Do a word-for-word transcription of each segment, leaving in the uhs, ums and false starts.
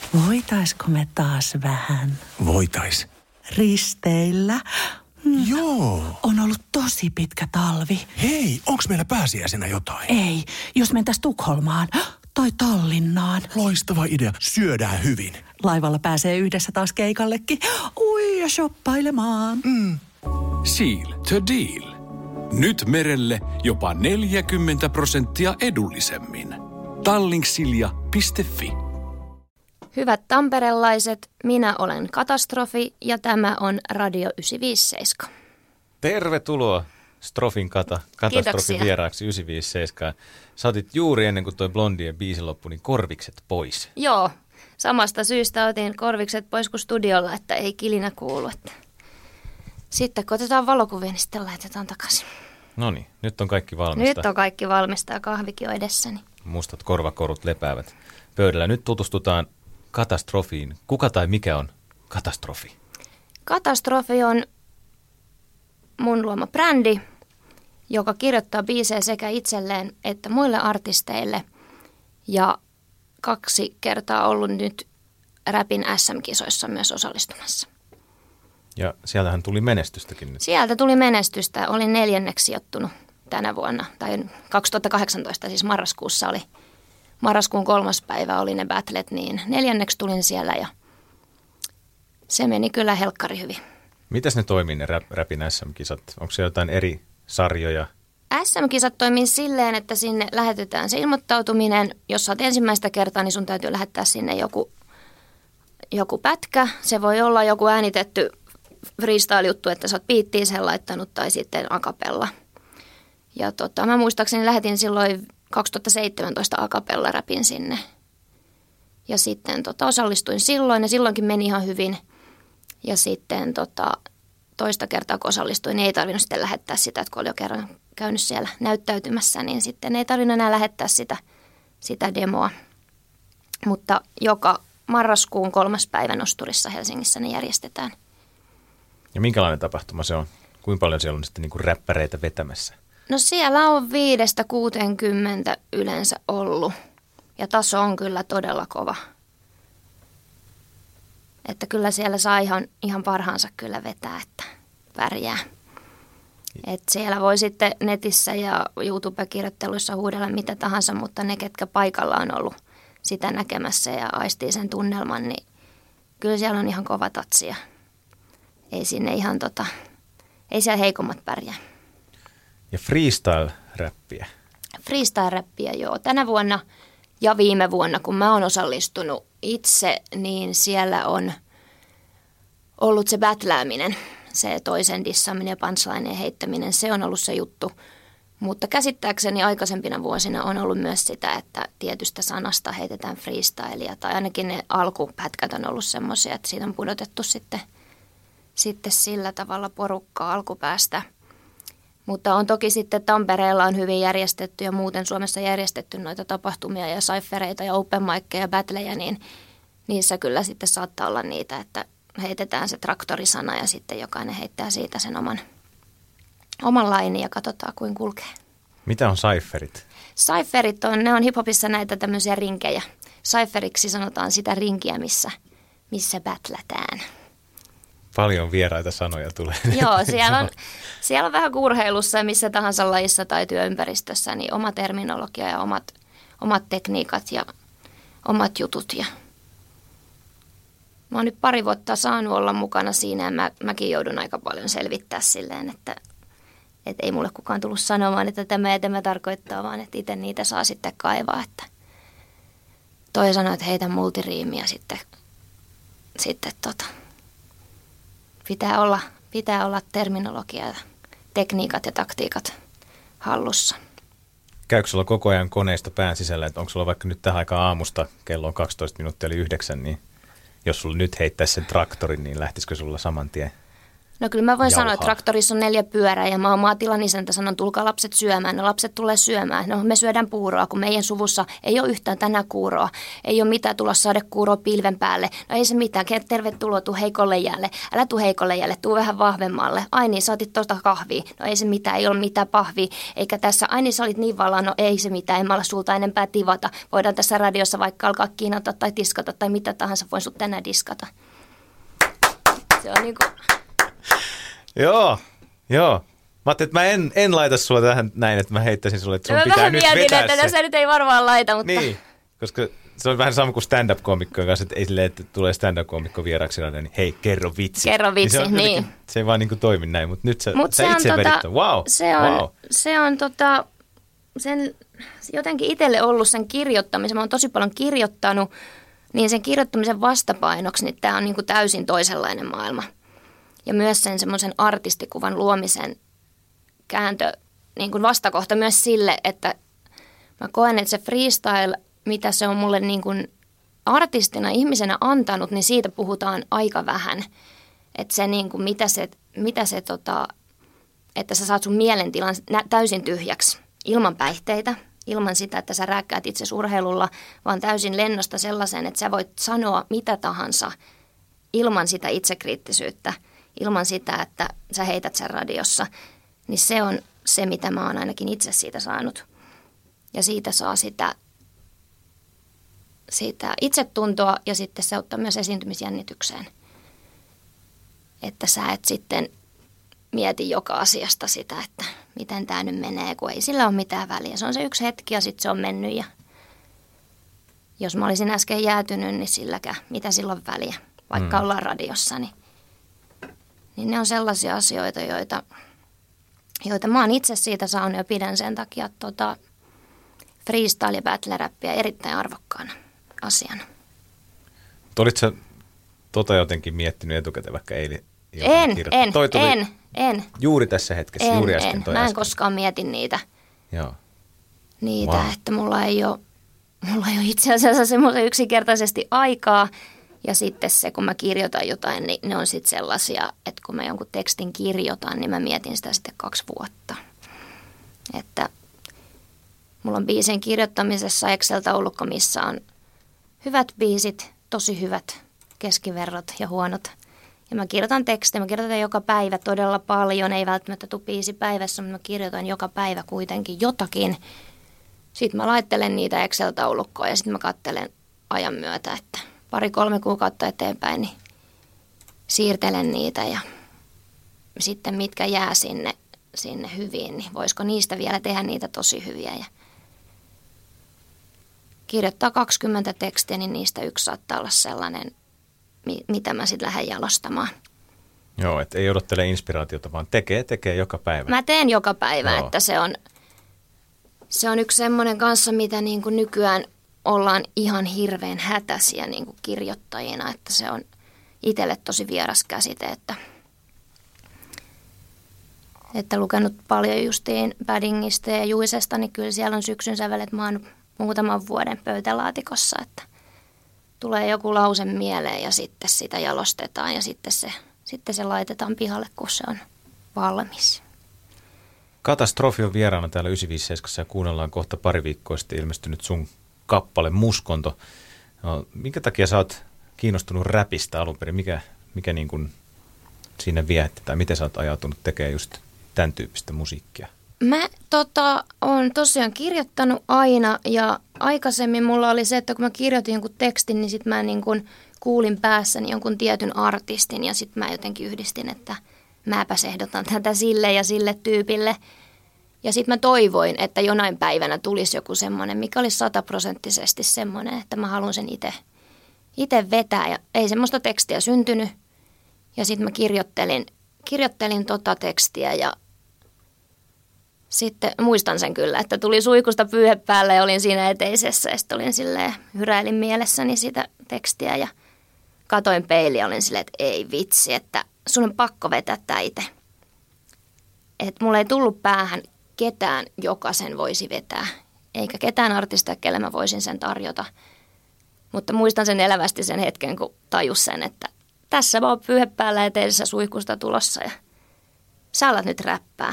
Voitaisko me taas vähän Voitais. risteillä? Joo. On ollut tosi pitkä talvi. Hei, onks meillä pääsiäisenä jotain? Ei, jos mentäis Tukholmaan tai Tallinnaan. Loistava idea. Syödään hyvin. Laivalla pääsee yhdessä taas keikallekin. Ui, ja shoppailemaan. Mm. Seal to deal. Nyt merelle jopa neljäkymmentä prosenttia edullisemmin. Tallingsilja piste fi. Hyvät tamperelaiset, minä olen Katastrofi ja tämä on Radio yhdeksänsataaviisikymmentäseitsemän. Tervetuloa Strofin kata, Katastrofin vieraaksi yhdeksänsataaviisikymmentäseitsemän. Sä otit juuri ennen kuin toi Blondien biisi loppui, niin korvikset pois. Joo, samasta syystä otin korvikset pois kuin studiolla, että ei kilinä kuulu. Että sitten kun otetaan valokuvia, niin sitten laitetaan takaisin. No niin, nyt on kaikki valmista. Nyt on kaikki valmista ja kahvikin on edessäni. Mustat korvakorut lepäävät pöydällä. Nyt tutustutaan Katastrofiin. Kuka tai mikä on Katastrofi? Katastrofi on mun luoma brändi, joka kirjoittaa biisejä sekä itselleen että muille artisteille. Ja kaksi kertaa ollut nyt Räpin äs äm-kisoissa myös osallistumassa. Ja sieltähän tuli menestystäkin nyt. Sieltä tuli menestystä. Olin neljänneksi sijoittunut tänä vuonna, tai kaksituhattakahdeksantoista, siis marraskuussa oli, marraskuun kolmas päivä oli ne battlet, niin neljänneksi tulin siellä ja se meni kyllä helkkari hyvin. Mitäs ne toimii ne Räpin äs äm-kisat? Onko se jotain eri sarjoja? äs äm-kisat toimii silleen, että sinne lähetetään se ilmoittautuminen. Jos sä oot ensimmäistä kertaa, niin sun täytyy lähettää sinne joku, joku pätkä. Se voi olla joku äänitetty freestyle-juttu, että sä oot biittiin sen laittanut tai sitten a cappella. Ja tota, mä muistaakseni lähetin silloin kaksituhattaseitsemäntoista a cappella räpin sinne. Ja sitten tota, osallistuin silloin ja silloinkin meni ihan hyvin. Ja sitten tota, toista kertaa kun osallistuin, niin ei tarvinnut sitten lähettää sitä, että kun oli jo kerran käynyt siellä näyttäytymässä, niin sitten ei tarvinnut enää lähettää sitä, sitä demoa. Mutta joka marraskuun kolmas päivä Nosturissa Helsingissä ne järjestetään. Ja minkälainen tapahtuma se on? Kuinka paljon siellä on sitten niin kuin räppäreitä vetämässä? No siellä on viidestä kuuteenkymmentä yleensä ollut. Ja taso on kyllä todella kova. Että kyllä siellä saa ihan, ihan parhaansa kyllä vetää, että pärjää. Että siellä voi sitten netissä ja YouTube-kirjoitteluissa huudella mitä tahansa, mutta ne, ketkä paikalla on ollut sitä näkemässä ja aistii sen tunnelman, niin kyllä siellä on ihan kova tatsia. Ei sinne ihan tota, ei siellä heikommat pärjää. Ja freestyle-räppiä? Freestyle-räppiä, joo. Tänä vuonna ja viime vuonna, kun mä oon osallistunut itse, niin siellä on ollut se battleäminen, se toisen dissaaminen ja punchlineen heittäminen, se on ollut se juttu. Mutta käsittääkseni aikaisempina vuosina on ollut myös sitä, että tietystä sanasta heitetään freestylia, tai ainakin ne alkupätkät on ollut semmoisia, että siitä on pudotettu sitten, sitten sillä tavalla porukkaa alkupäästä. Mutta on toki sitten Tampereella on hyvin järjestetty ja muuten Suomessa järjestetty noita tapahtumia ja cyphereita ja open mic'eja ja battleja, niin niissä kyllä sitten saattaa olla niitä, että heitetään se traktorisana ja sitten jokainen heittää siitä sen oman, oman lainin ja katsotaan kuin kulkee. Mitä on cypherit? Cypherit on, ne on hiphopissa näitä tämmöisiä rinkejä. Cypheriksi sanotaan sitä rinkiä, missä, missä battletään. Paljon vieraita sanoja tulee. Joo, siellä on, siellä on vähän urheilussa ja missä tahansa lajissa tai työympäristössä, niin oma terminologia ja omat, omat tekniikat ja omat jutut. Ja mä oon nyt pari vuotta saanut olla mukana siinä ja mä, mäkin joudun aika paljon selvittää silleen, että, että ei mulle kukaan tullut sanomaan, että tämä ja tämä tarkoittaa, vaan että itse niitä saa sitten kaivaa. Että toi sanoi, että heitä multiriimiä sitten, sitten tota... Pitää olla, pitää olla terminologia, tekniikat ja taktiikat hallussa. Käykö sulla koko ajan koneista pään sisällä, että onko sulla vaikka nyt tähän aikaan aamusta, kello on kaksitoista minuuttia eli yhdeksän, niin jos sulla nyt heittäisi sen traktorin, niin lähtisikö sulla saman tien? No kyllä mä voin jauhaa. sanoa, että traktorissa on neljä pyörää ja mä oon maatilan isäntä, sanon tulkaa lapset syömään. No lapset tulee syömään. No me syödään puuroa, kun meidän suvussa ei ole yhtään tänään kuuroa. Ei ole mitään tulla sadekuuroa pilven päälle. No ei se mitään, tervetuloa, tuu heikolle jäälle. Älä tuu heikolle jäälle, tuu vähän vahvemmalle. Ai niin, sä otit tuosta kahvia. No ei se mitään, ei ole mitään pahvia. Eikä tässä, ai niin sä olit niin vallan, no ei se mitään, en mä olla sulta enempää tivata. Voidaan tässä radiossa vaikka alkaa kiinata tai tiskata tai mitä tahansa, voin sut tänään diskata. Se on niinku... Joo, joo. Mä ajattelin, että mä en, en laita sulla tähän näin, että mä heittäisin sulle, että sun mä pitää nyt mietin, vetää että se. tässä nyt ei varmaan laita, mutta... Niin, koska se on vähän sama kuin stand-up-koomikkojen kanssa, että ei silleen, että tulee stand-up-koomikko vieraksi, niin hei, kerro vitsi. Kerro vitsi, niin. Se, niin. Se ei vaan niin kuin toimi näin, mutta nyt sä, Mut sä se itse on vedit tota, ton. Wow, se on, wow. Se on tota, sen, jotenkin itselle ollut sen kirjoittamisen. Mä oon tosi paljon kirjoittanut, niin sen kirjoittamisen vastapainoksi, niin tää on niin kuin täysin toisenlainen maailma. Ja myös sen semmoisen artistikuvan luomisen kääntö, niin kuin vastakohta myös sille, että mä koen, että se freestyle, mitä se on mulle niin kuin artistina, ihmisenä antanut, niin siitä puhutaan aika vähän. Että se niin kuin, mitä se, mitä se tota, että sä saat sun mielentilan täysin tyhjäksi, ilman päihteitä, ilman sitä, että sä rääkkäät itse urheilulla, vaan täysin lennosta sellaisen, että sä voit sanoa mitä tahansa ilman sitä itsekriittisyyttä, ilman sitä, että sä heität sen radiossa, niin se on se, mitä mä oon ainakin itse siitä saanut. Ja siitä saa sitä, sitä itsetuntoa ja sitten se ottaa myös esiintymisjännitykseen. Että sä et sitten mieti joka asiasta sitä, että miten tämä nyt menee, kun ei sillä ole mitään väliä. Se on se yksi hetki ja sitten se on mennyt ja jos mä olisin äsken jäätynyt, niin silläkään, mitä silloin väliä, vaikka mm. ollaan radiossa, niin Niin ne on sellaisia asioita, joita, joita mä oon itse siitä saanut ja pidän sen takia tota, freestyle- ja battle-räppiä erittäin arvokkaana asiana. Olitko sä tota jotenkin miettinyt etukäteen vaikka eilen? En, en, en, en. Juuri tässä hetkessä, en, juuri äsken en. toi Mä en äsken. koskaan mietin niitä, Joo. niitä Wow. että mulla ei ole, mulla ei ole itse asiassa semmoisen yksinkertaisesti aikaa. Ja sitten se, kun mä kirjoitan jotain, niin ne on sitten sellaisia, että kun mä jonkun tekstin kirjoitan, niin mä mietin sitä sitten kaksi vuotta. Että mulla on biisien kirjoittamisessa Excel-taulukko, missä on hyvät biisit, tosi hyvät, keskiverrot ja huonot. Ja mä kirjoitan tekstejä, mä kirjoitan joka päivä todella paljon, ei välttämättä tule biisi päivässä, mutta mä kirjoitan joka päivä kuitenkin jotakin. Sitten mä laittelen niitä Excel-taulukkoa ja sitten mä katselen ajan myötä, että pari-kolme kuukautta eteenpäin, niin siirtelen niitä ja sitten mitkä jää sinne, sinne hyviin, niin voisiko niistä vielä tehdä niitä tosi hyviä. Ja kirjoittaa kaksikymmentä tekstiä, niin niistä yksi saattaa olla sellainen, mitä mä sitten lähden jalostamaan. Joo, että ei odottele inspiraatiota, vaan tekee, tekee joka päivä. Mä teen joka päivä, Joo. että se on, se on yksi semmoinen kanssa, mitä niin kuin nykyään ollaan ihan hirveän hätäisiä niin kuin kirjoittajina, että se on itselle tosi vieras käsite, että, että lukenut paljon justiin Paddingista ja Juisesta, niin kyllä siellä on syksyn sävelet, mä oon muutaman vuoden pöytälaatikossa, että tulee joku lause mieleen ja sitten sitä jalostetaan ja sitten se, sitten se laitetaan pihalle, kun se on valmis. Katastrofi on vieraana täällä yhdeksänsataaviisikymmentäseitsemän ja kuunnellaan kohta pari viikkoa sitten ilmestynyt sun kappale Muskonto. No, minkä takia sä oot kiinnostunut räpistä alun perin? Mikä, mikä niin kuin siinä vietti tai miten sä oot ajautunut tekemään just tämän tyyppistä musiikkia? Mä tota, oon tosiaan kirjoittanut aina ja aikaisemmin mulla oli se, että kun mä kirjoitin jonkun tekstin, niin sit mä niin kuin kuulin päässäni jonkun tietyn artistin ja sit mä jotenkin yhdistin, että mäpäs ehdotan tätä sille ja sille tyypille. Ja sitten mä toivoin, että jonain päivänä tulisi joku semmoinen, mikä olisi sataprosenttisesti semmoinen, että mä haluan sen itse itse vetää. Ja ei semmoista tekstiä syntynyt. Ja sitten mä kirjoittelin, kirjoittelin tota tekstiä ja sitten muistan sen kyllä, että tuli suikusta pyyhe päälle ja olin siinä eteisessä. Ja sitten olin silleen, hyräilin mielessäni sitä tekstiä ja katoin peiliä ja olin silleen, että ei vitsi, että sun on pakko vetää tää itse. Että mulla ei tullut päähän ketään, joka sen voisi vetää. Eikä ketään artistia, kelle mä voisin sen tarjota. Mutta muistan sen elävästi sen hetken, kun tajus sen, että tässä mä oon pyyhe päällä eteisessä suihkusta tulossa ja sä alat nyt räppää.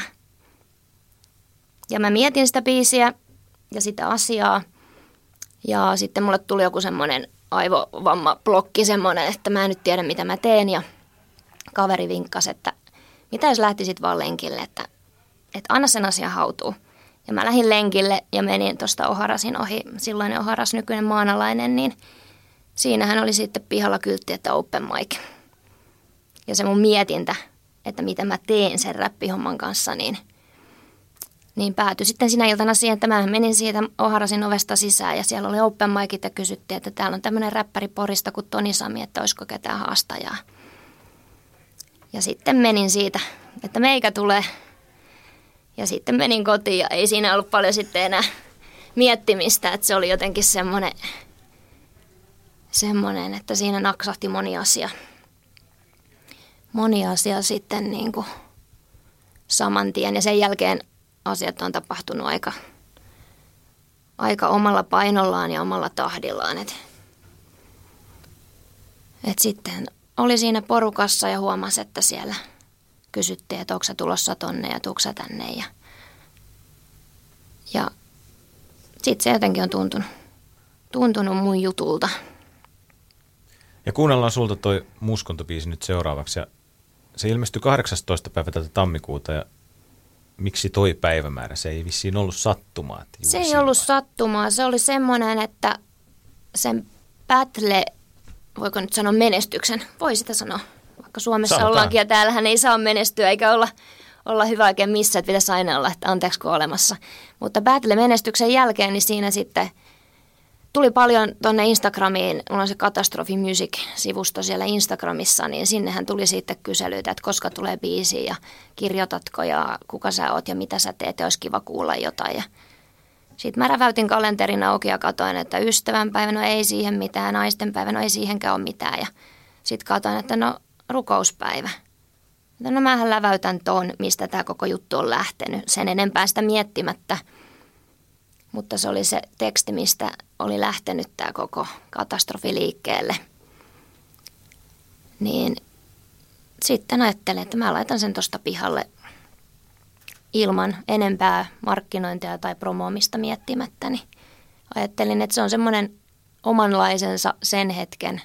Ja mä mietin sitä biisiä ja sitä asiaa. Ja sitten mulle tuli joku semmoinen aivovammablokki semmoinen, että mä en nyt tiedä mitä mä teen. Ja kaveri vinkkasi, että mitä jos lähtisit vaan lenkille, että, että anna sen asian hautuu. Ja mä lähdin lenkille ja menin tuosta Oharasin ohi, silloinen Oharas, nykyinen maanalainen, niin siinähän oli sitten pihalla kyltti, että open mic. Ja se mun mietintä, että mitä mä teen sen räppihomman kanssa, niin, niin päätyi sitten sinä iltana siihen, että mä menin siitä Oharasin ovesta sisään ja siellä oli open micit ja kysyttiin, että täällä on tämmöinen räppäri Porista kuin Toni Sami, että olisiko ketään haastajaa. Ja sitten menin siitä, että meikä tulee. Ja sitten menin kotiin ja ei siinä ollut paljon sitten enää miettimistä, että se oli jotenkin semmoinen, semmoinen että siinä naksahti moni asia. Moni asia sitten niin kuin saman tien ja sen jälkeen asiat on tapahtunut aika, aika omalla painollaan ja omalla tahdillaan. Et, et sitten oli siinä porukassa ja huomasi, että siellä kysyttiin, että onko sä tulossa tonne ja tuutko sä tänne. Ja, ja sitten se jotenkin on tuntunut, tuntunut mun jutulta. Ja kuunnellaan sulta toi Muskonto-biisi nyt seuraavaksi. Ja se ilmestyi kahdeksastoista päivä tätä tammikuuta ja miksi toi päivämäärä? Se ei vissiin ollut sattumaa. Se ei ollut sattumaa. Se oli semmoinen, että sen battle, voiko nyt sanoa menestyksen? Voi sitä sanoa. Vaikka Suomessa Sanotaan. ollaankin ja täällähän ei saa menestyä eikä olla, olla hyvä oikein missä, että pitäisi aina olla, että anteeksi kun olemassa. Mutta battle-menestyksen jälkeen niin siinä sitten tuli paljon tuonne Instagramiin, mulla on se Katastrofi Music-sivusto siellä Instagramissa, niin sinnehän tuli sitten kyselyitä, että koska tulee biisi ja kirjoitatko ja kuka sä oot ja mitä sä teet ja olisi kiva kuulla jotain. Ja sitten mä räväytin kalenterin auki ja katsoin, että ystävänpäivä, no ei siihen mitään, naistenpäivä, no ei siihenkään ole mitään. Ja sitten katsoin, että no rukouspäivä. No mähän läväytän ton, mistä tämä koko juttu on lähtenyt, sen enempää sitä miettimättä. Mutta se oli se teksti, mistä oli lähtenyt tämä koko katastrofi liikkeelle. Niin sitten ajattelin, että mä laitan sen tuosta pihalle ilman enempää markkinointia tai promoomista miettimättä. Niin ajattelin, että se on semmoinen omanlaisensa sen hetken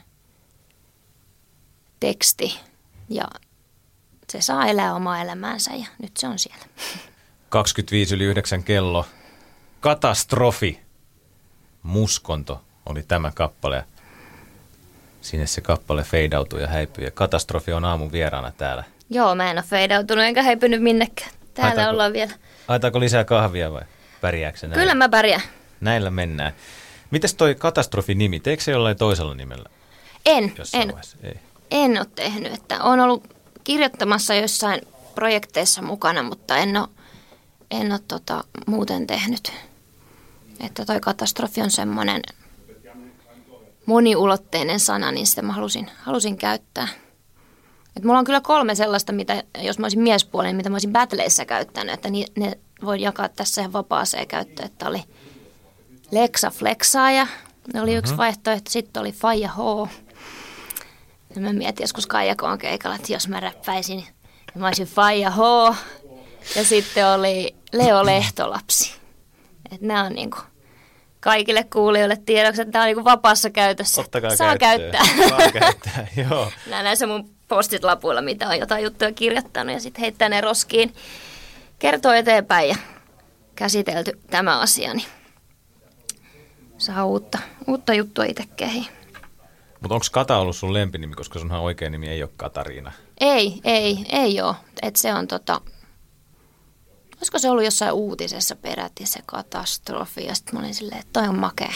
teksti ja se saa elää omaa elämäänsä ja nyt se on siellä. kaksikymmentäviisi yli yhdeksän kello. Katastrofi. Muskonto oli tämä kappale. Sinne se kappale feidautui ja häipyi. Ja Katastrofi on aamun vieraana täällä. Joo, mä en ole feidautunut enkä häipynyt minnekään. Täällä Haetaanko, ollaan vielä. Haetaanko lisää kahvia vai pärjääkö se näin? Kyllä mä pärjään. Näillä mennään. Mites toi Katastrofi-nimi? Teekö se jollain toisella nimellä? En, Jossain en, vaiheessa? Ei. en ole tehnyt. Että olen ollut kirjoittamassa jossain projekteissa mukana, mutta en ole, en ole tota, muuten tehnyt. Että toi katastrofi on semmoinen moniulotteinen sana, niin sitä mä halusin, halusin käyttää. Et mulla on kyllä kolme sellaista, mitä, jos mä olisin miespuolinen, mitä mä olisin battleissä käyttänyt, että ni, ne voi jakaa tässä ihan vapaaseen käyttöön, että oli Lexa Flexaaja, ne oli mm-hmm. yksi vaihtoehto, sitten oli Faija H. Ja mä mietin joskus Kaijakoon keikalla, että jos mä räppäisin, niin mä olisin Faija H. Ja sitten oli Leo Lehtolapsi. Että nämä on niinku kaikille kuulijoille tiedoksi, että tämä on niinku vapaassa käytössä. Ottakaa Saa käyttöön. käyttää. Saa käyttää, joo. Nämä näissä mun postit lapuilla, mitä on jotain juttuja kirjoittanut ja sitten heittää ne roskiin. Kertoo eteenpäin ja käsitelty tämä asia, niin saa uutta, uutta juttua itse kehiin. Mutta onko Kata ollut sun lempinimi, koska sunhan oikea nimi ei ole Katariina? Ei, ei, ei ole. Että se on tota, olisiko se ollut jossain uutisessa peräti se katastrofi ja sitten mä olin silleen, että toi on makea.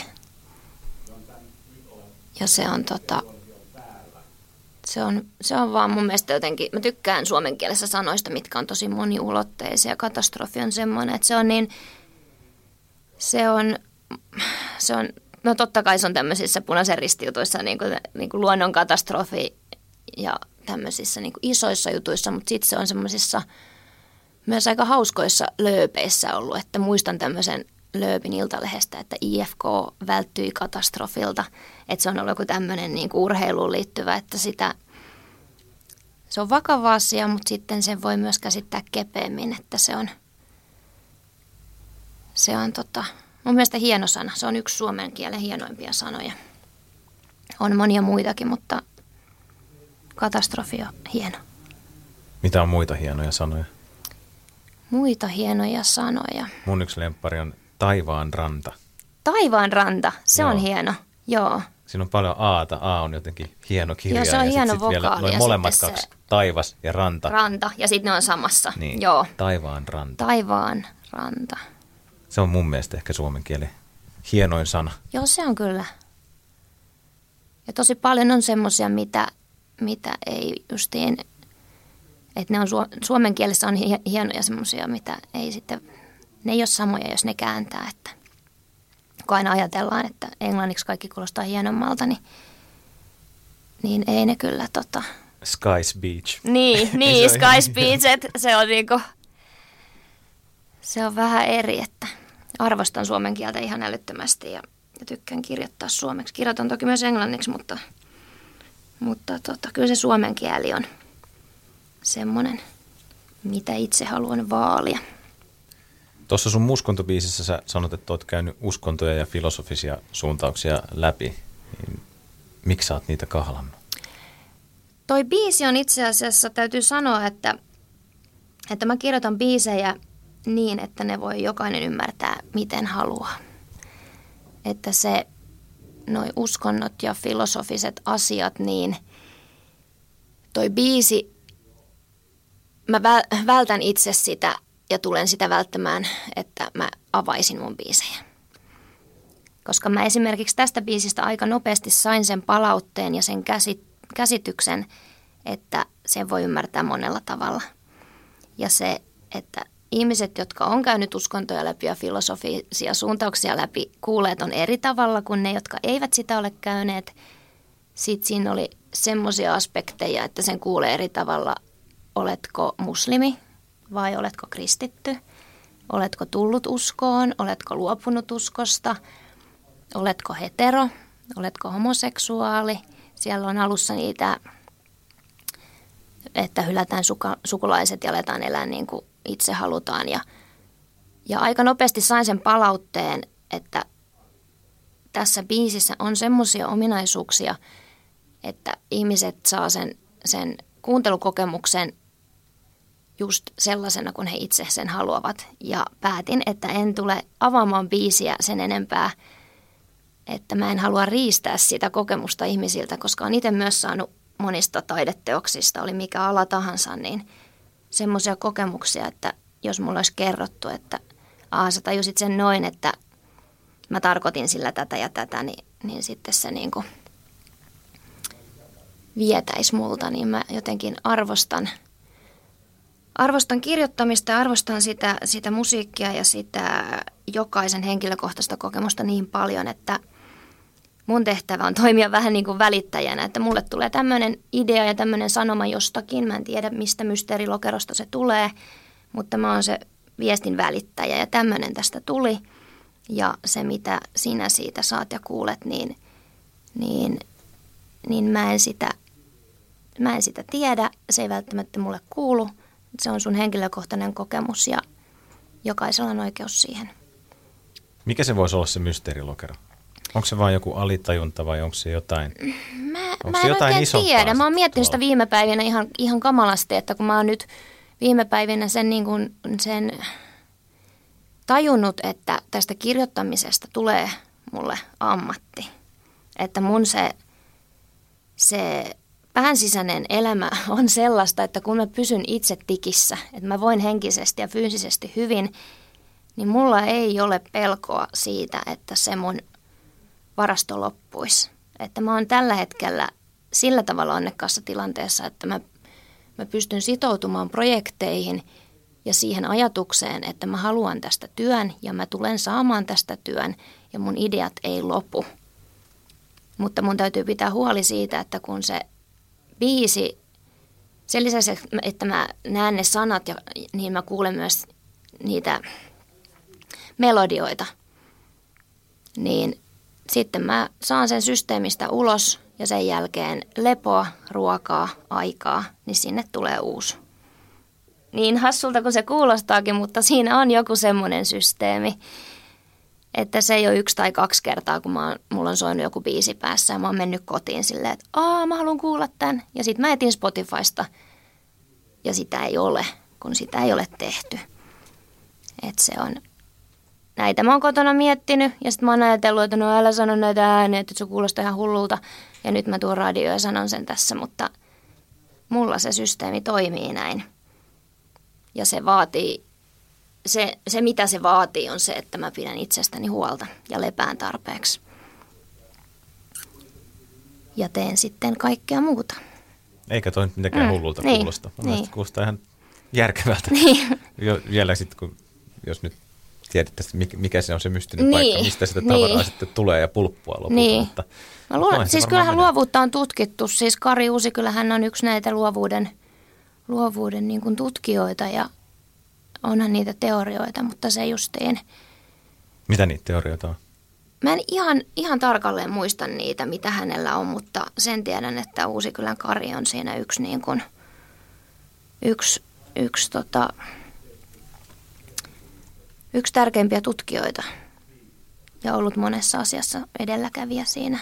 Ja se on tota, se on, se on vaan mun mielestä jotenkin, mä tykkään suomen kielessä sanoista, mitkä on tosi moniulotteisia. Katastrofi on semmoinen, että se on niin, se on, se on, no totta kai se on tämmöisissä punaisen ristijutuissa niin kuin, niin kuin luonnonkatastrofi ja tämmöisissä niin kuin isoissa jutuissa, mutta sitten se on semmoisissa myös aika hauskoissa lööpeissä ollut, että muistan tämmöisen lööpin Iltalehdestä, että I F K välttyi katastrofilta, että se on ollut joku tämmöinen niin kuin urheiluun liittyvä, että sitä se on vakava asia, mutta sitten sen voi myös käsittää kepeämmin, että se on, se on tota, mun mielestä hieno sana. Se on yksi suomen kielen hienoimpia sanoja. On monia muitakin, mutta katastrofi on hieno. Mitä on muita hienoja sanoja? Muita hienoja sanoja. Mun yksi lemppari on taivaan ranta. Taivaan ranta, se Joo. on hieno, joo. Siinä on paljon aata. A on jotenkin hieno kirja. Joo, se on ja hieno sit, sit vielä vokaali noin ja molemmat sitten kaksi, se- taivas ja ranta. Ranta, ja sitten ne on samassa, Niin, joo. taivaan ranta. Taivaan ranta. Se on mun mielestä ehkä suomen kielen hienoin sana. Joo, se on kyllä. Ja tosi paljon on semmoisia, mitä, mitä ei justiin, että ne on su- suomen kielessä on hi- hienoja semmoisia, mitä ei sitten, ne ei ole samoja, jos ne kääntää, että kun aina ajatellaan, että englanniksi kaikki kuulostaa hienommalta, niin, niin ei ne kyllä tota. Sky's Beach. Niin, niin Se on Sky Speech, että se on niinku, se on vähän eri, että arvostan suomen kieltä ihan älyttömästi ja, ja tykkään kirjoittaa suomeksi. Kirjoitan toki myös englanniksi, mutta, mutta tota, kyllä se suomen kieli on semmoinen, mitä itse haluan vaalia. Tuossa sun uskontobiisissä sä sanot, että oot käynyt uskontoja ja filosofisia suuntauksia läpi. Niin miksi sä oot niitä kahlannut? Toi biisi on itse asiassa, täytyy sanoa, että, että mä kirjoitan biisejä niin, että ne voi jokainen ymmärtää, miten haluaa. Että se, noi uskonnot ja filosofiset asiat, niin toi biisi, mä väl- vältän itse sitä ja tulen sitä välttämään, että mä avaisin mun biisejä. Koska mä esimerkiksi tästä biisistä aika nopeasti sain sen palautteen ja sen käsit- käsityksen, että sen voi ymmärtää monella tavalla. Ja se, että ihmiset, jotka on käynyt uskontoja läpi ja filosofisia suuntauksia läpi, kuuleet on eri tavalla kuin ne, jotka eivät sitä ole käyneet. Sitten siinä oli semmoisia aspekteja, että sen kuulee eri tavalla, oletko muslimi vai oletko kristitty, oletko tullut uskoon, oletko luopunut uskosta, oletko hetero, oletko homoseksuaali. Siellä on alussa niitä, että hylätään suka, sukulaiset ja aletaan elää niin kuin itse halutaan. Ja, ja aika nopeasti sain sen palautteen, että tässä biisissä on semmoisia ominaisuuksia, että ihmiset saa sen, sen kuuntelukokemuksen just sellaisena, kun he itse sen haluavat. Ja päätin, että en tule avaamaan biisiä sen enempää, että mä en halua riistää sitä kokemusta ihmisiltä, koska olen itse myös saanut monista taideteoksista, oli mikä ala tahansa, niin semmoisia kokemuksia, että jos mulla olisi kerrottu, että aah, sä tajusit sen noin, että mä tarkoitin sillä tätä ja tätä, niin, niin sitten se niin kuin vietäisi multa, niin mä jotenkin arvostan, arvostan kirjoittamista ja arvostan sitä, sitä musiikkia ja sitä jokaisen henkilökohtaista kokemusta niin paljon, että mun tehtävä on toimia vähän niin kuin välittäjänä, että mulle tulee tämmöinen idea ja tämmöinen sanoma jostakin. Mä en tiedä, mistä mysteerilokerosta se tulee, mutta mä oon se viestin välittäjä ja tämmöinen tästä tuli. Ja se, mitä sinä siitä saat ja kuulet, niin, niin, niin mä, en sitä, mä en sitä tiedä. Se ei välttämättä mulle kuulu. Se on sun henkilökohtainen kokemus ja jokaisella on oikeus siihen. Mikä se voisi olla se mysteerilokero? Onko se vain joku alitajunta vai onko se jotain? Mä, Onko mä se en jotain oikein isompaa tiedä. Mä oon sitten miettinyt sitä tuolla? viime päivinä ihan, ihan kamalasti, että kun mä oon nyt viime päivinä sen, niin kuin, sen tajunnut, että tästä kirjoittamisesta tulee mulle ammatti. Että mun se, se päänsisäinen elämä on sellaista, että kun mä pysyn itse tikissä, että mä voin henkisesti ja fyysisesti hyvin, niin mulla ei ole pelkoa siitä, että se mun varasto loppuisi. Että mä oon tällä hetkellä sillä tavalla onnekkaassa tilanteessa, että mä, mä pystyn sitoutumaan projekteihin ja siihen ajatukseen, että mä haluan tästä työn ja mä tulen saamaan tästä työn ja mun ideat ei lopu. Mutta mun täytyy pitää huoli siitä, että kun se biisi, sen lisäksi, että mä näen ne sanat, ja, niin mä kuulen myös niitä melodioita, niin sitten mä saan sen systeemistä ulos ja sen jälkeen lepoa, ruokaa, aikaa, niin sinne tulee uusi. Niin hassulta kuin se kuulostaakin, mutta siinä on joku semmoinen systeemi, että se ei ole yksi tai kaksi kertaa, kun mä oon, mulla on soinut joku biisi päässä ja mä oon mennyt kotiin silleen, että aa, mä haluan kuulla tämän. Ja sit mä etin Spotifysta ja sitä ei ole, kun sitä ei ole tehty. Että se on, näitä mä oon kotona miettinyt ja sit mä oon ajatellut, että no älä sano näitä ääniä, että se kuulostaa ihan hullulta. Ja nyt mä tuon radioon ja sanon sen tässä, mutta mulla se systeemi toimii näin. Ja se vaatii, se, se mitä se vaatii on se, että mä pidän itsestäni huolta ja lepään tarpeeksi. Ja teen sitten kaikkea muuta. Eikä toi nyt mitenkään mm, hullulta niin, kuulosta. Mun niin. mielestä kuulostaa ihan järkevältä. Niin. Jo, vielä sitten, kun, jos nyt tiedettäisiin, mikä se on se mystinen niin, paikka, mistä sitä tavaraa niin. sitten tulee ja pulppua lopulta. Niin. Mutta, mä luulen, mutta siis kyllähän menee. Luovuutta on tutkittu. Siis Kari Uusikylähän on yksi näitä luovuuden, luovuuden niin kuin tutkijoita ja onhan niitä teorioita, mutta se justiin. Mitä niitä teorioita on? Mä en ihan, ihan tarkalleen muista niitä, mitä hänellä on, mutta sen tiedän, että Uusikylän Kari on siinä yksi, niin kuin, yksi, yksi, tota, yksi tärkeimpiä tutkijoita ja ollut monessa asiassa edelläkävijä siinä,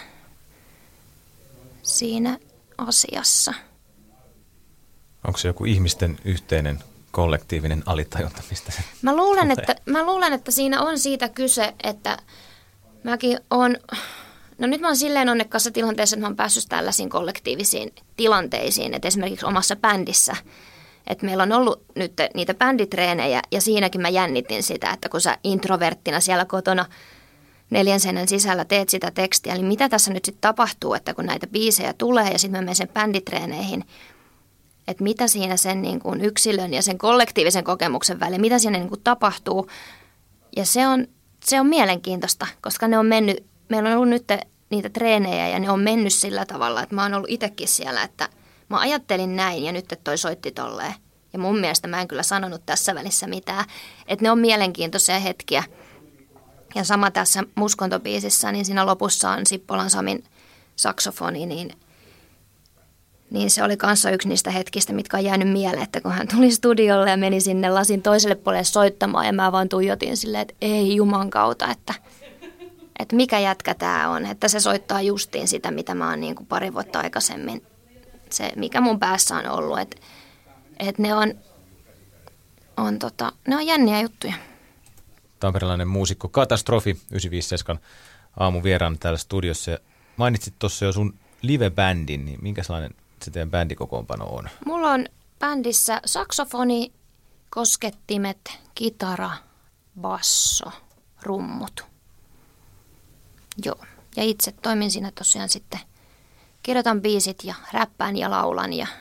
siinä asiassa. Onko se joku ihmisten yhteinen kollektiivinen alitajunta, mistä se Mä luulen, tulee? että, mä luulen, että siinä on siitä kyse, että mäkin on, no nyt mä oon silleen onnekkaassa tilanteessa, että mä oon päässyt tällaisiin kollektiivisiin tilanteisiin, että esimerkiksi omassa bändissä, että meillä on ollut nyt niitä bänditreenejä ja siinäkin mä jännitin sitä, että kun sä introverttina siellä kotona neljän seinän sisällä teet sitä tekstiä, niin mitä tässä nyt sitten tapahtuu, että kun näitä biisejä tulee ja sitten mä menen sen bänditreeneihin, että mitä siinä sen niin kuin yksilön ja sen kollektiivisen kokemuksen välillä, mitä siinä niin kuin tapahtuu. Ja se on, se on mielenkiintoista, koska ne on mennyt, meillä on ollut nyt niitä treenejä ja ne on mennyt sillä tavalla, että mä oon ollut itsekin siellä, että mä ajattelin näin ja nyt toi soitti tolleen. Ja mun mielestä mä en kyllä sanonut tässä välissä mitään, että ne on mielenkiintoisia hetkiä. Ja sama tässä Muskontobiisissä, niin siinä lopussa on Sippolan Samin saksofoni, niin Niin se oli kanssa yksi niistä hetkistä, mitkä on jäänyt mieleen, että kun hän tuli studiolle ja meni sinne lasin toiselle puolelle soittamaan ja mä vaan tuijotin silleen, että ei juman kautta, että, että mikä jätkä tää on. Että se soittaa justiin sitä, mitä mä oon niin kuin pari vuotta aikaisemmin, se mikä mun päässä on ollut. Että, että ne on, on tota, ne on jänniä juttuja. Tamperelainen muusikko Katastrofi, yhdeksänsataaviisikymmentäseitsemän aamun vieraana täällä studiossa. Mainitsit tuossa jo sun live-bändin, niin minkälainen se teidän bändikokoonpano on? Mulla on bändissä saksofoni, koskettimet, kitara, basso, rummut. Joo. Ja itse toimin siinä tosiaan sitten, kirjoitan biisit ja räppään ja laulan ja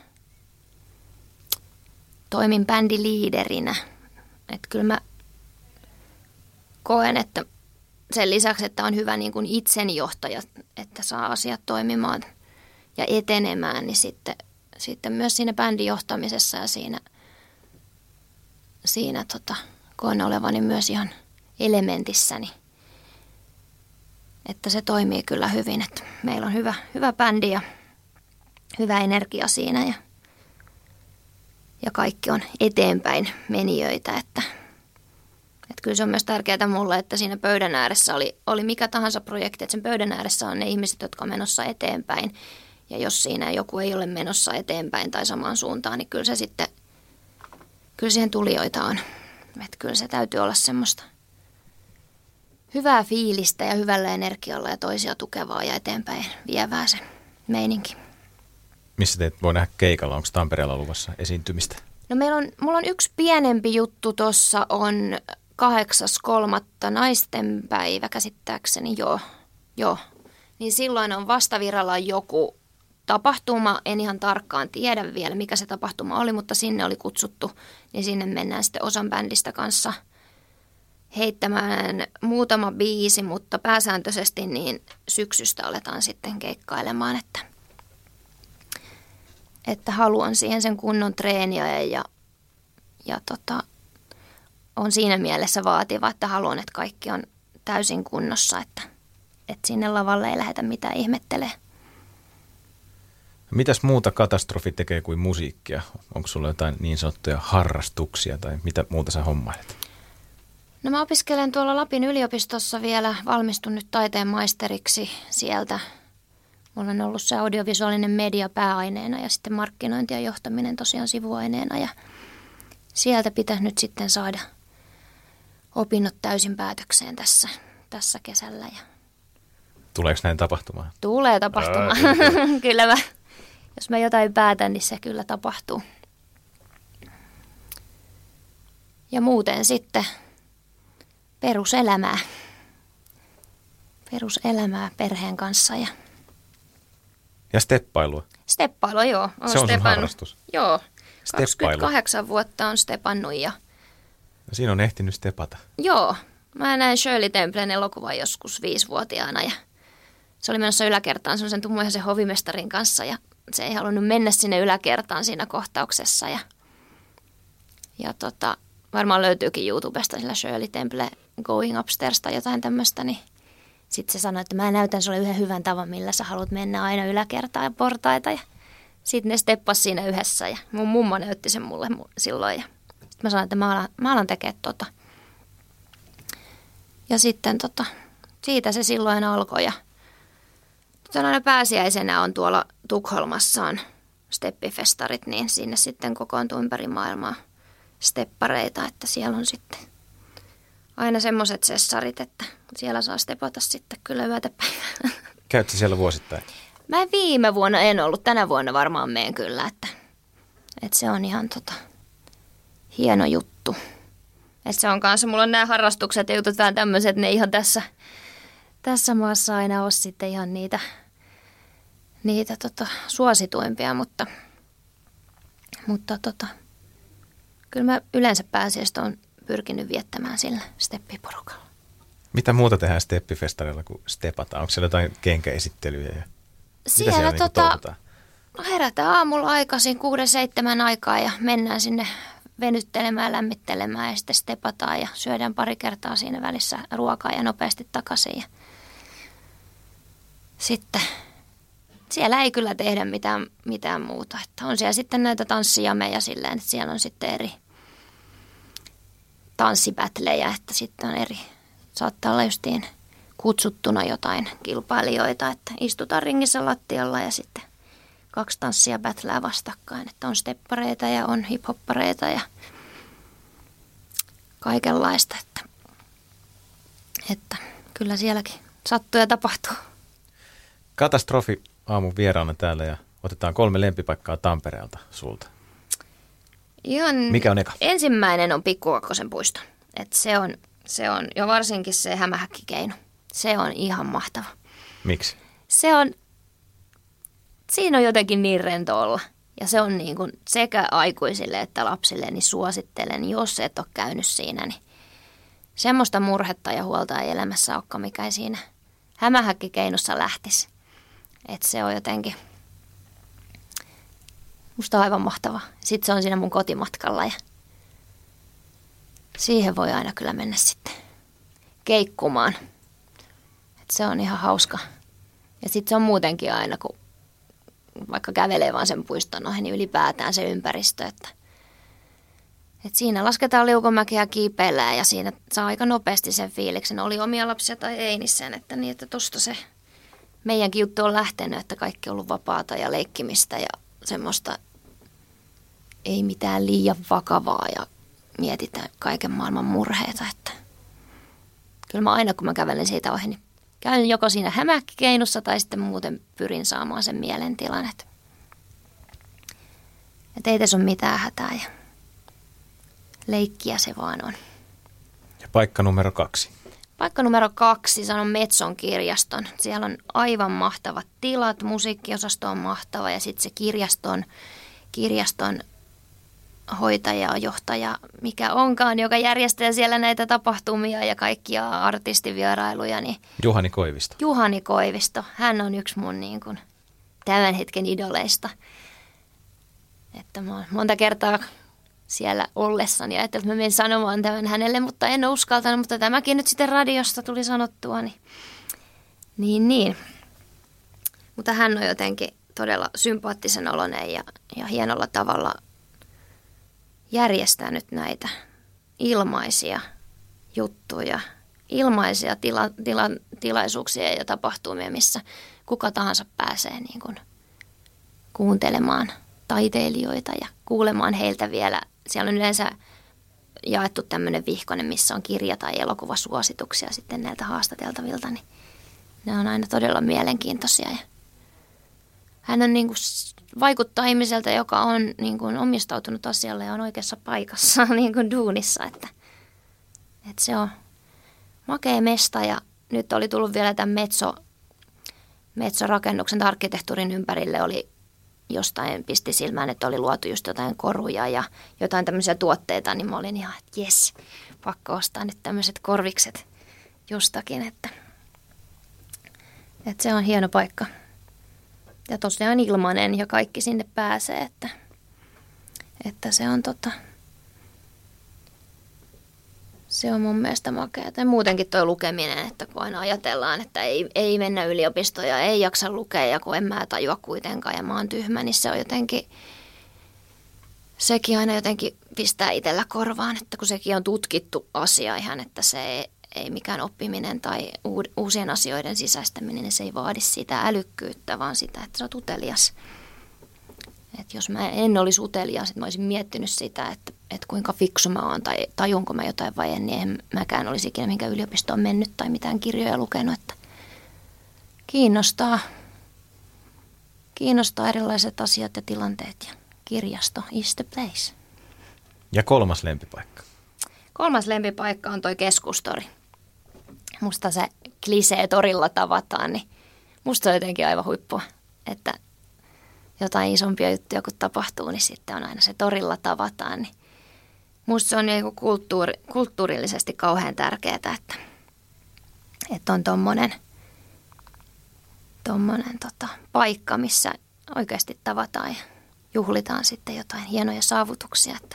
toimin bändiliiderinä. Että kyllä mä koen, että sen lisäksi, että on hyvä niin kuin itsenjohtaja, että saa asiat toimimaan ja etenemään, niin sitten, sitten myös siinä bändin johtamisessa ja siinä, siinä tota, koen olevani myös ihan elementissäni. Että se toimii kyllä hyvin, että meillä on hyvä, hyvä bändi ja hyvä energia siinä ja, ja kaikki on eteenpäin menijöitä, että Että kyllä se on myös tärkeää mulle, että siinä pöydän ääressä oli, oli mikä tahansa projekti, että sen pöydän ääressä on ne ihmiset, jotka on menossa eteenpäin. Ja jos siinä joku ei ole menossa eteenpäin tai samaan suuntaan, niin kyllä se sitten, kyllä siihen tulijoita on. Että kyllä se täytyy olla semmoista hyvää fiilistä ja hyvällä energialla ja toisia tukevaa ja eteenpäin vievää se meininki. Missä teet voi nähdä keikalla? Onko Tampereella luvassa esiintymistä? No meillä on, mulla on yksi pienempi juttu tuossa on kahdeksas kolmatta naistenpäivä käsittääkseni, joo, joo. Niin silloin on vastavirralla joku tapahtuma, en ihan tarkkaan tiedä vielä mikä se tapahtuma oli, mutta sinne oli kutsuttu, niin sinne mennään sitten osan bändistä kanssa heittämään muutama biisi, mutta pääsääntöisesti niin syksystä aletaan sitten keikkailemaan, että, että haluan siihen sen kunnon treeniä ja, ja tota, on siinä mielessä vaativa, että haluan, että kaikki on täysin kunnossa, että, että sinne lavalle ei lähdetä mitään ihmettelemään. Mitäs muuta Katastrofi tekee kuin musiikkia? Onko sulla jotain niin sanottuja harrastuksia tai mitä muuta sä hommailet? No mä opiskelen tuolla Lapin yliopistossa vielä, valmistun nyt taiteen maisteriksi sieltä. Mulla on ollut se audiovisuaalinen media pääaineena ja sitten markkinointi ja johtaminen tosiaan sivuaineena. Ja sieltä pitäisi nyt sitten saada opinnot täysin päätökseen tässä, tässä kesällä. Ja tuleeko näin tapahtumaan? Tulee tapahtumaan. Kyllä mä, jos mä jotain päätän, niin se kyllä tapahtuu. Ja muuten sitten peruselämää. Peruselämää perheen kanssa. Ja, ja steppailua? Steppailua, joo. On se on sun harrastus? Joo. kaksikymmentäkahdeksan vuotta on stepannut. Ja no siinä on ehtinyt stepata. Joo. Mä näin Shirley Templen elokuvan joskus viisivuotiaana ja se oli menossa yläkertaan semmoisen tummoisen hovimestarin kanssa ja se ei halunnut mennä sinne yläkertaan siinä kohtauksessa. Ja, ja tota, varmaan löytyykin YouTubesta sillä Shirley Temple Going Upstairs tai jotain tämmöistä, niin sitten se sanoi, että mä näytän sulle yhden hyvän tavan, millä sä haluat mennä aina yläkertaan ja portaita. Ja sitten ne steppas siinä yhdessä ja mun mummo näytti sen mulle silloin. Ja sitten mä sanoin, että mä alan, mä alan tekemään tota. Ja sitten tota, siitä se silloin alkoi ja aina pääsiäisenä on tuolla Tukholmassaan steppifestarit, niin sinne sitten kokoontuu ympäri maailmaa steppareita, että siellä on sitten aina semmoiset sessarit, että siellä saa stepata sitten kyllä yötä päivää. Käytkö siellä vuosittain? Mä viime vuonna en ollut, tänä vuonna varmaan meen kyllä, että, että se on ihan tota, hieno juttu. Että se on kanssa, mulla on nämä harrastukset ja jutut vähän tämmöiset, ne ihan tässä, tässä maassa aina ole sitten ihan niitä, niitä tota, suosituimpia, mutta, mutta tota, kyllä mä yleensä pääsiäistä on pyrkinyt viettämään sillä steppiporukalla. Mitä muuta tehdään steppifestarilla kuin stepataan? Onko siellä jotain kenkäesittelyjä? Ja siellä, siellä tota, no herätään aamulla aikaisin kuuden seitsemän aikaa ja mennään sinne venyttelemään, lämmittelemään ja sitten stepataan ja syödään pari kertaa siinä välissä ruokaa ja nopeasti takaisin. Ja sitten siellä ei kyllä tehdä mitään, mitään muuta. Että on siellä sitten näitä tanssijameja silleen, että siellä on sitten eri tanssipätlejä, että sitten on eri, saattaa olla justiin kutsuttuna jotain kilpailijoita, että istutaan ringissä lattialla ja sitten kaksi tanssia battlää vastakkain, että on steppareita ja on hiphoppareita ja kaikenlaista, että, että kyllä sielläkin sattuu ja tapahtuu. Katastrofi aamun vieraana täällä ja otetaan kolme lempipaikkaa Tampereelta sulta. Ihan mikä on eka? Ensimmäinen on Pikku Kakkosen puisto, että se on, se on jo varsinkin se hämähäkkikeino, se on ihan mahtava. Miksi? Se on Siinä on jotenkin niin rento olla. Ja se on niin kuin sekä aikuisille että lapsille, niin suosittelen, jos et ole käynyt siinä, niin semmoista murhetta ja huolta ei elämässä olekaan, mikä ei siinä hämähäkkikeinossa lähtisi. Että se on jotenkin, musta on aivan mahtava. Sitten se on siinä mun kotimatkalla ja siihen voi aina kyllä mennä sitten keikkumaan. Että se on ihan hauska. Ja sitten se on muutenkin aina, kun vaikka kävelee vaan sen puiston ohi, niin ylipäätään se ympäristö, että, että siinä lasketaan liukomäkiä ja kiipeillään ja siinä saa aika nopeasti sen fiiliksen, oli omia lapsia tai ei, niin sen, että, niin, että tosta se meidänkin juttu on lähtenyt, että kaikki on ollut vapaata ja leikkimistä ja semmoista ei mitään liian vakavaa ja mietitään kaiken maailman murheita, että kyllä mä aina kun mä kävelen siitä ohi, niin käyn joko siinä hämähäkkikeinossa tai sitten muuten pyrin saamaan sen mielentilan, että, että ei tässä ole mitään hätää ja leikkiä se vaan on. Ja paikka numero kaksi? Paikka numero kaksi, sanon Metson kirjaston. Siellä on aivan mahtavat tilat, musiikkiosasto on mahtava ja sitten se kirjaston, kirjaston hoitaja, johtaja, mikä onkaan, joka järjestää siellä näitä tapahtumia ja kaikkia artistivierailuja. Niin Juhani Koivisto. Juhani Koivisto. Hän on yksi mun niin kuin tämän hetken idoleista. Että mä oon monta kertaa siellä ollessani ja ajattelin, että mä menen sanomaan tämän hänelle, mutta en ole uskaltanut. Mutta tämäkin nyt sitten radiosta tuli sanottua. Niin, niin. niin. Mutta hän on jotenkin todella sympaattisen oloinen ja, ja hienolla tavalla järjestänyt näitä ilmaisia juttuja, ilmaisia tila, tila, tilaisuuksia ja tapahtumia, missä kuka tahansa pääsee niin kuin kuuntelemaan taiteilijoita ja kuulemaan heiltä vielä. Siellä on yleensä jaettu tämmöinen vihkonen, missä on kirja- tai elokuvasuosituksia sitten näiltä haastateltavilta, niin ne on aina todella mielenkiintoisia. Ja hän on niin kuin, vaikuttaa ihmiseltä, joka on niin kuin omistautunut asialle ja on oikeassa paikassa niin kuin duunissa, että, että se on makea mesta ja nyt oli tullut vielä tämän Metso, Metso-rakennuksen arkkitehtuurin ympärille oli jostain pisti silmään, että oli luotu just jotain koruja ja jotain tämmöisiä tuotteita, niin mä olin ihan, että jes, pakko ostaa nyt tämmöiset korvikset jostakin, että, että se on hieno paikka. Ja tosiaan ilmainen ja kaikki sinne pääsee, että, että se on tota, se on mun mielestä makea. Ja muutenkin toi lukeminen, että kun aina ajatellaan, että ei, ei mennä yliopistoon ja ei jaksa lukea ja kun en mä tajua kuitenkaan ja mä oon tyhmä, niin se on jotenkin, sekin aina jotenkin pistää itsellä korvaan, että kun sekin on tutkittu asia ihan, että se ei, ei mikään oppiminen tai uusien asioiden sisäistäminen, niin se ei vaadi sitä älykkyyttä, vaan sitä, että se on utelias. Että jos mä en olisi utelias, että mä olisin miettinyt sitä, että, että kuinka fiksu mä oon tai tajunko mä jotain vai en, niin en mäkään olisi ikinä minkään yliopistoon mennyt tai mitään kirjoja lukenut. Että kiinnostaa, kiinnostaa erilaiset asiat ja tilanteet ja kirjasto is the place. Ja kolmas lempipaikka? Kolmas lempipaikka on toi keskustori. Musta se klisee torilla tavataan, niin musta on jotenkin aivan huippua, että jotain isompia juttuja kun tapahtuu, niin sitten on aina se torilla tavataan. Niin musta se on niin kulttuuri, kulttuurillisesti kauhean tärkeää, että, että on tommonen, tommonen tota, paikka, missä oikeasti tavataan ja juhlitaan sitten jotain hienoja saavutuksia. Että.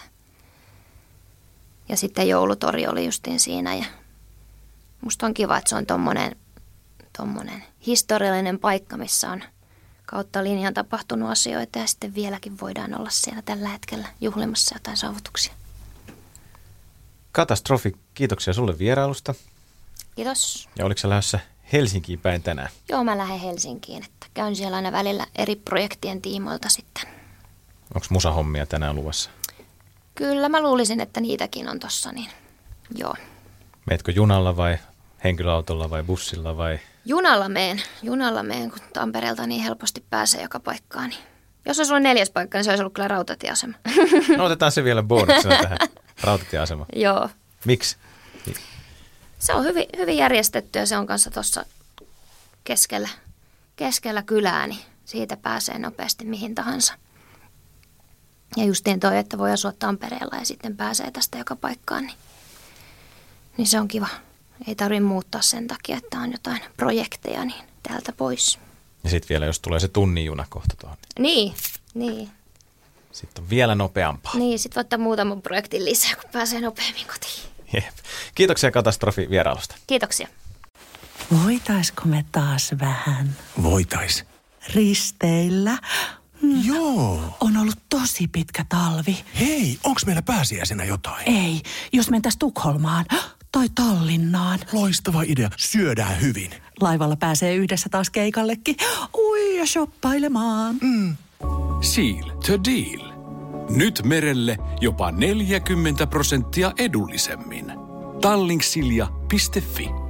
Ja sitten joulutori oli justiin siinä ja musta on kiva, että se on tommonen, tommonen historiallinen paikka, missä on kautta linjan tapahtunut asioita ja sitten vieläkin voidaan olla siellä tällä hetkellä juhlimassa jotain saavutuksia. Katastrofi, kiitoksia sulle vierailusta. Kiitos. Ja oliko sä lähdössä Helsinkiin päin tänään? Joo, mä lähden Helsinkiin, että käyn siellä aina välillä eri projektien tiimoilta sitten. Onko musahommia tänään luvassa? Kyllä, mä luulisin, että niitäkin on tossa, niin joo. Meetkö junalla vai henkilöautolla vai bussilla vai? Junalla meen, junalla meen, kun Tampereelta niin helposti pääsee joka paikkaan. Niin. Jos olisi ollut neljäs paikka, niin se olisi ollut kyllä rautatieasema. No otetaan se vielä bonuksena tähän rautatieasemaan. Joo. Miksi? Se on hyvin, hyvin järjestetty ja se on kanssa tuossa keskellä, keskellä kylää, niin siitä pääsee nopeasti mihin tahansa. Ja justiin toi, että voi asua Tampereella ja sitten pääsee tästä joka paikkaan, niin, niin se on kiva. Ei tarvitse muuttaa sen takia, että on jotain projekteja, niin täältä pois. Ja sitten vielä, jos tulee se tunnin juna kohta tuohon. Niin, niin. Sitten on vielä nopeampaa. Niin, sitten voi ottaa muutaman projektin lisää, kun pääsee nopeammin kotiin. Jep. Kiitoksia Katastrofi vierailusta. Kiitoksia. Voitaisko me taas vähän Voitais. risteillä? Joo. On ollut tosi pitkä talvi. Hei, onks meillä pääsiäisenä jotain? Ei, jos mentäis Tukholmaan tai Tallinnaan. Loistava idea. Syödään hyvin. Laivalla pääsee yhdessä taas keikallekin. Ui, ja shoppailemaan. Mm. Seal to deal. Nyt merelle jopa neljäkymmentä prosenttia edullisemmin. Tallink silja piste fi